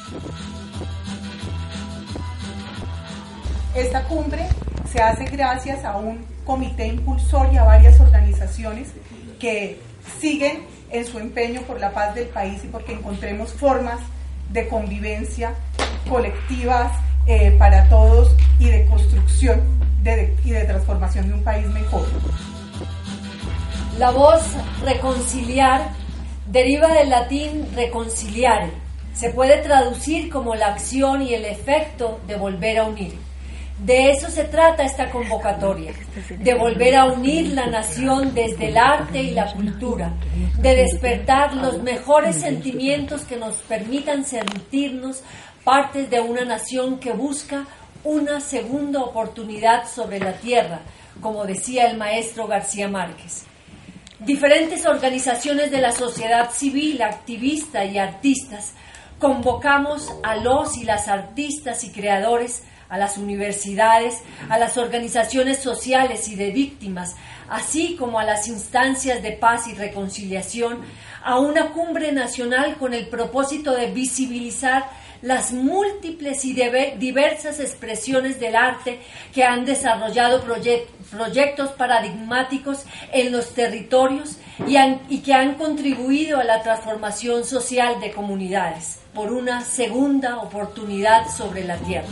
Esta cumbre se hace gracias a un comité impulsor y a varias organizaciones que siguen en su empeño por la paz del país y porque encontremos formas de convivencia colectivas para todos y de construcción y de transformación de un país mejor. La voz reconciliar deriva del latín reconciliare. Se puede traducir como la acción y el efecto de volver a unir. De eso se trata esta convocatoria, de volver a unir la nación desde el arte y la cultura, de despertar los mejores sentimientos que nos permitan sentirnos partes de una nación que busca una segunda oportunidad sobre la tierra, como decía el maestro García Márquez. Diferentes organizaciones de la sociedad civil, activistas y artistas, convocamos a los y las artistas y creadores, a las universidades, a las organizaciones sociales y de víctimas, así como a las instancias de paz y reconciliación, a una cumbre nacional con el propósito de visibilizar las múltiples y diversas expresiones del arte que han desarrollado proyectos paradigmáticos en los territorios y que han contribuido a la transformación social de comunidades por una segunda oportunidad sobre la tierra.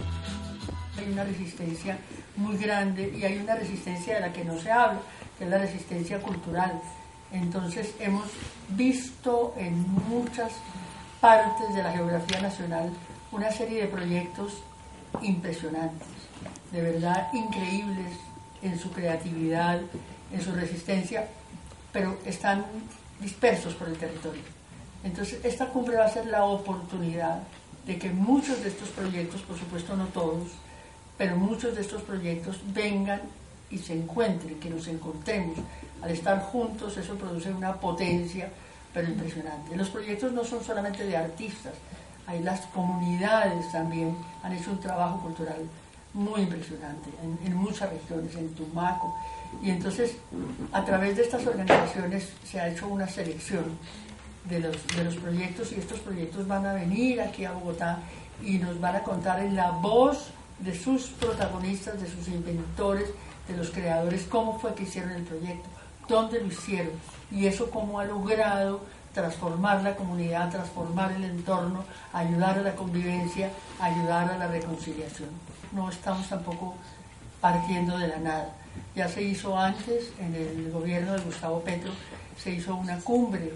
Hay una resistencia muy grande y hay una resistencia de la que no se habla, que es la resistencia cultural. Entonces hemos visto en muchas partes de la geografía nacional una serie de proyectos impresionantes, de verdad increíbles en su creatividad, en su resistencia, pero están dispersos por el territorio. Entonces esta cumbre va a ser la oportunidad de que muchos de estos proyectos, por supuesto no todos, pero muchos de estos proyectos vengan y se encuentren, que nos encontremos. Al estar juntos eso produce una potencia pero impresionante. Los proyectos no son solamente de artistas, hay las comunidades también han hecho un trabajo cultural muy impresionante en muchas regiones, en Tumaco, y entonces a través de estas organizaciones se ha hecho una selección de los proyectos, y estos proyectos van a venir aquí a Bogotá y nos van a contar en la voz de sus protagonistas, de sus inventores, de los creadores, cómo fue que hicieron el proyecto, dónde lo hicieron, y eso cómo ha logrado transformar la comunidad, transformar el entorno, ayudar a la convivencia, ayudar a la reconciliación. No estamos tampoco partiendo de la nada. Ya se hizo antes, en el gobierno de Gustavo Petro, se hizo una cumbre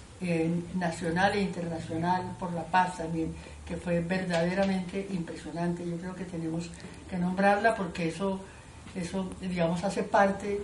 nacional e internacional por la paz también, que fue verdaderamente impresionante. Yo creo que tenemos que nombrarla porque eso digamos, hace parte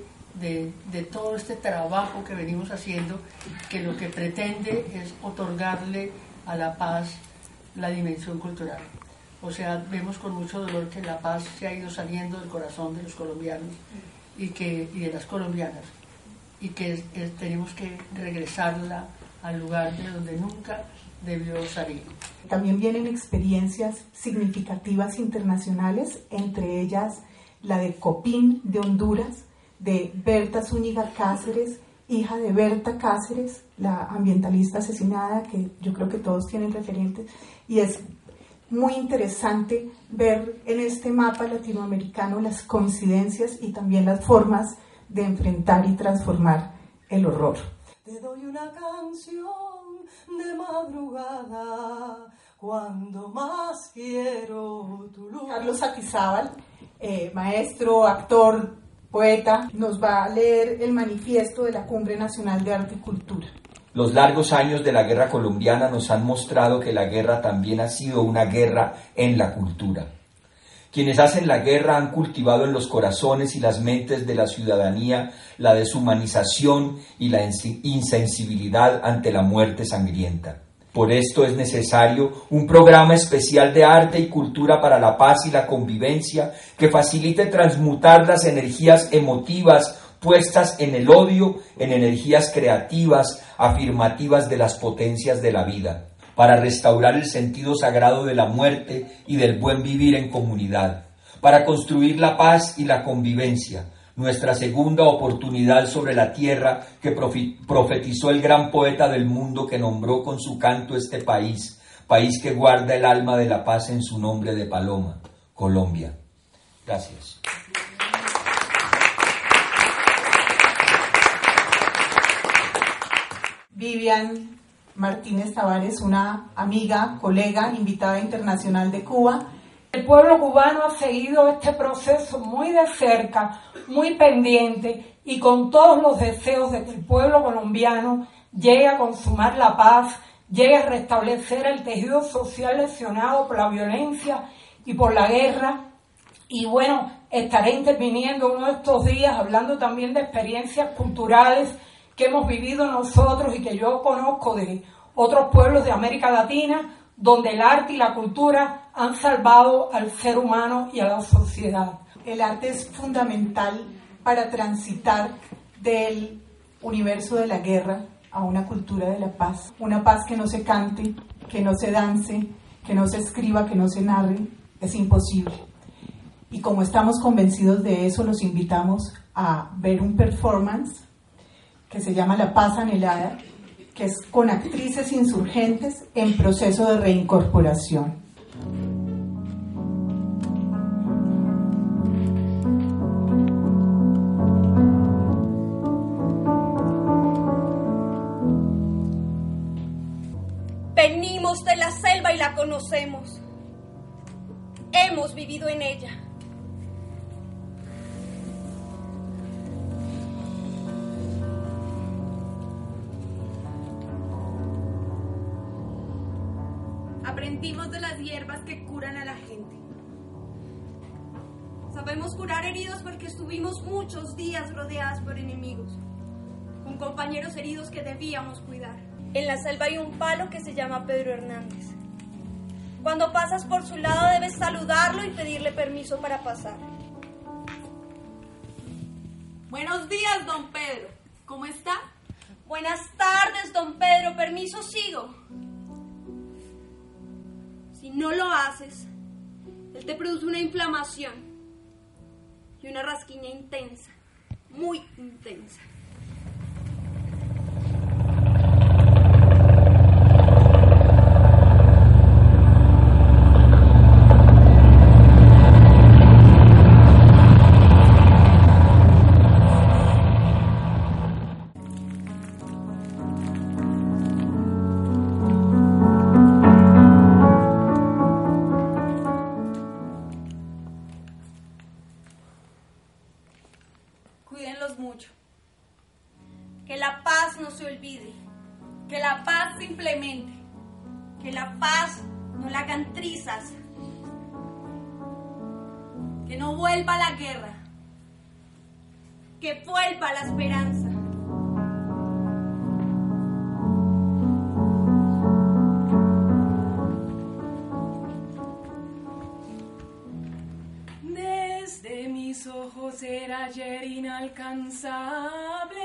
de todo este trabajo que venimos haciendo, que lo que pretende es otorgarle a la paz la dimensión cultural. O sea, vemos con mucho dolor que la paz se ha ido saliendo del corazón de los colombianos y de las colombianas, y que tenemos que regresarla al lugar de donde nunca debió salir. También vienen experiencias significativas internacionales, entre ellas la de Copín de Honduras, de Berta Zúñiga Cáceres, hija de Berta Cáceres, la ambientalista asesinada, que yo creo que todos tienen referentes, y es muy interesante ver en este mapa latinoamericano las coincidencias y también las formas de enfrentar y transformar el horror. Te doy una canción de madrugada cuando más quiero tu luz. Carlos Akizábal, maestro, actor, poeta, nos va a leer el manifiesto de la Cumbre Nacional de Arte y Cultura. Los largos años de la guerra colombiana nos han mostrado que la guerra también ha sido una guerra en la cultura. Quienes hacen la guerra han cultivado en los corazones y las mentes de la ciudadanía la deshumanización y la insensibilidad ante la muerte sangrienta. Por esto es necesario un programa especial de arte y cultura para la paz y la convivencia que facilite transmutar las energías emotivas puestas en el odio en energías creativas, afirmativas de las potencias de la vida, para restaurar el sentido sagrado de la muerte y del buen vivir en comunidad, para construir la paz y la convivencia, nuestra segunda oportunidad sobre la tierra que profetizó el gran poeta del mundo que nombró con su canto este país, país que guarda el alma de la paz en su nombre de paloma, Colombia. Gracias. Vivian Martínez Tavares, una amiga, colega, invitada internacional de Cuba. El pueblo cubano ha seguido este proceso muy de cerca, muy pendiente y con todos los deseos de que el pueblo colombiano llegue a consumar la paz, llegue a restablecer el tejido social lesionado por la violencia y por la guerra. Y bueno, estaré interviniendo uno de estos días hablando también de experiencias culturales que hemos vivido nosotros y que yo conozco de otros pueblos de América Latina, donde el arte y la cultura han salvado al ser humano y a la sociedad. El arte es fundamental para transitar del universo de la guerra a una cultura de la paz. Una paz que no se cante, que no se dance, que no se escriba, que no se narre, es imposible. Y como estamos convencidos de eso, los invitamos a ver un performance que se llama La Paz Anhelada, que es con actrices insurgentes en proceso de reincorporación. Venimos de la selva y la conocemos. Hemos vivido en ella. Aprendimos de las hierbas que curan a la gente. Sabemos curar heridos porque estuvimos muchos días rodeadas por enemigos, con compañeros heridos que debíamos cuidar. En la selva hay un palo que se llama Pedro Hernández. Cuando pasas por su lado debes saludarlo y pedirle permiso para pasar. Buenos días, don Pedro. ¿Cómo está? Buenas tardes, don Pedro. Permiso, sigo. Si no lo haces, él te produce una inflamación y una rasquiña intensa, muy intensa. Cuídenlos mucho. Que la paz no se olvide. Que la paz se implemente. Que la paz no la hagan trizas. Que no vuelva la guerra. Que vuelva la esperanza. Desde mis ojos era ayer inalcanzable.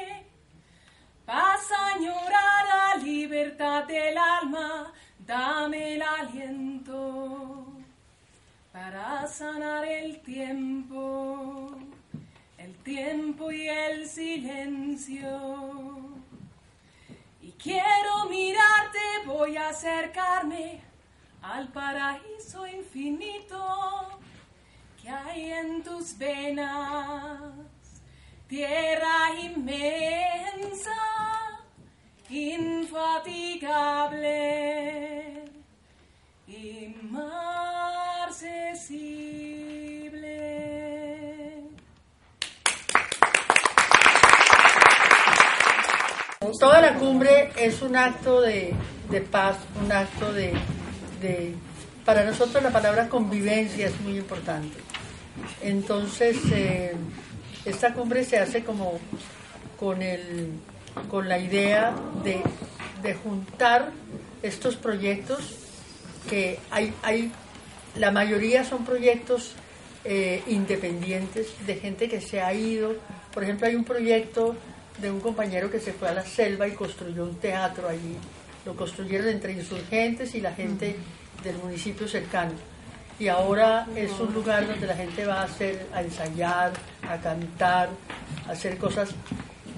Paz añorada, libertad del alma, dame el aliento para sanar el tiempo y el silencio. Y quiero mirarte, voy a acercarme al paraíso infinito que hay en tus venas, tierra inmensa, infatigable, inmarcesible. Toda la cumbre es un acto de paz, un acto de... Para nosotros la palabra convivencia es muy importante. Entonces, esta cumbre se hace como con la idea de juntar estos proyectos que hay la mayoría son proyectos independientes de gente que se ha ido. Por ejemplo, hay un proyecto de un compañero que se fue a la selva y construyó un teatro allí. Lo construyeron entre insurgentes y la gente del municipio cercano. Y ahora es un lugar donde la gente va a ensayar, a cantar, a hacer cosas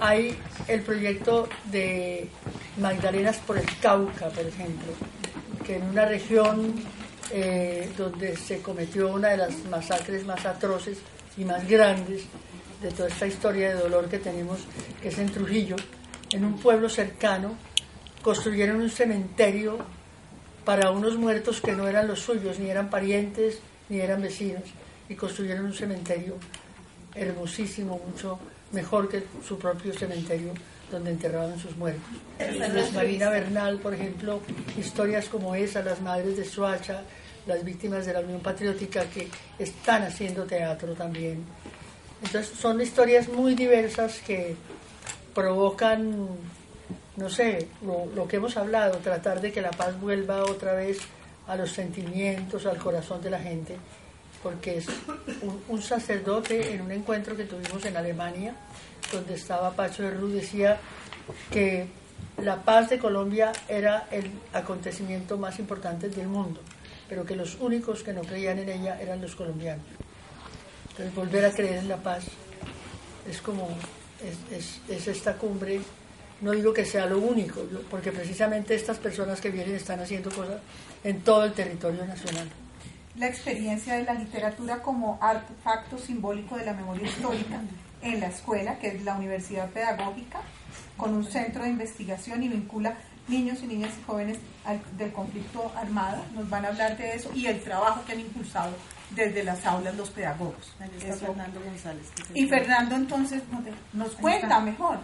Hay el proyecto de Magdalenas por el Cauca, por ejemplo, que en una región donde se cometió una de las masacres más atroces y más grandes de toda esta historia de dolor que tenemos, que es en Trujillo, en un pueblo cercano, construyeron un cementerio para unos muertos que no eran los suyos, ni eran parientes, ni eran vecinos, y construyeron un cementerio hermosísimo, mucho mejor que su propio cementerio donde enterraban sus muertos. Marina Bernal, por ejemplo, historias como esa, las madres de Soacha, las víctimas de la Unión Patriótica, que están haciendo teatro también. Entonces son historias muy diversas que provocan, no sé, lo que hemos hablado, tratar de que la paz vuelva otra vez a los sentimientos, al corazón de la gente, porque es un sacerdote en un encuentro que tuvimos en Alemania, donde estaba Pacho de Rú, decía que la paz de Colombia era el acontecimiento más importante del mundo, pero que los únicos que no creían en ella eran los colombianos. Entonces volver a creer en la paz es como, es esta cumbre. No digo que sea lo único, porque precisamente estas personas que vienen están haciendo cosas en todo el territorio nacional. La experiencia de la literatura como artefacto simbólico de la memoria histórica en la escuela, que es la Universidad Pedagógica, con un centro de investigación y vincula niños y niñas y jóvenes del conflicto armado. Nos van a hablar de eso y el trabajo que han impulsado desde las aulas los pedagogos. Fernando González. Y Fernando entonces nos cuenta mejor.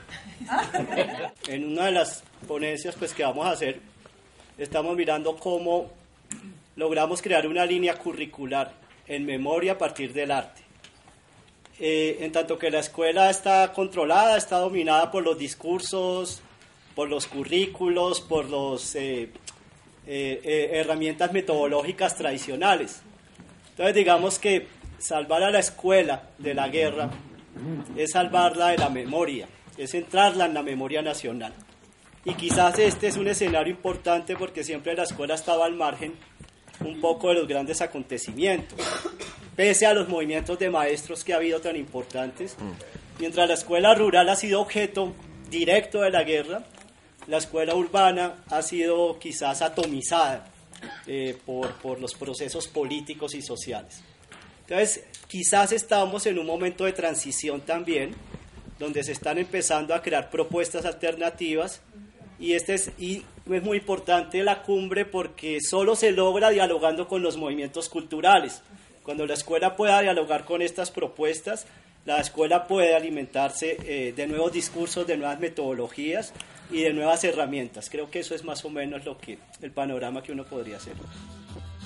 En una de las ponencias pues, que vamos a hacer, estamos mirando cómo logramos crear una línea curricular en memoria a partir del arte. En tanto que la escuela está controlada, está dominada por los discursos, por los currículos, por las herramientas metodológicas tradicionales. Entonces digamos que salvar a la escuela de la guerra es salvarla de la memoria, es centrarla en la memoria nacional. Y quizás este es un escenario importante porque siempre la escuela estaba al margen un poco de los grandes acontecimientos, pese a los movimientos de maestros que ha habido tan importantes. Mientras la escuela rural ha sido objeto directo de la guerra, la escuela urbana ha sido quizás atomizada por los procesos políticos y sociales. Entonces, quizás estamos en un momento de transición también, donde se están empezando a crear propuestas alternativas, y es muy importante la cumbre porque solo se logra dialogando con los movimientos culturales. Cuando la escuela pueda dialogar con estas propuestas, la escuela puede alimentarse de nuevos discursos, de nuevas metodologías y de nuevas herramientas. Creo que eso es más o menos el panorama que uno podría hacer.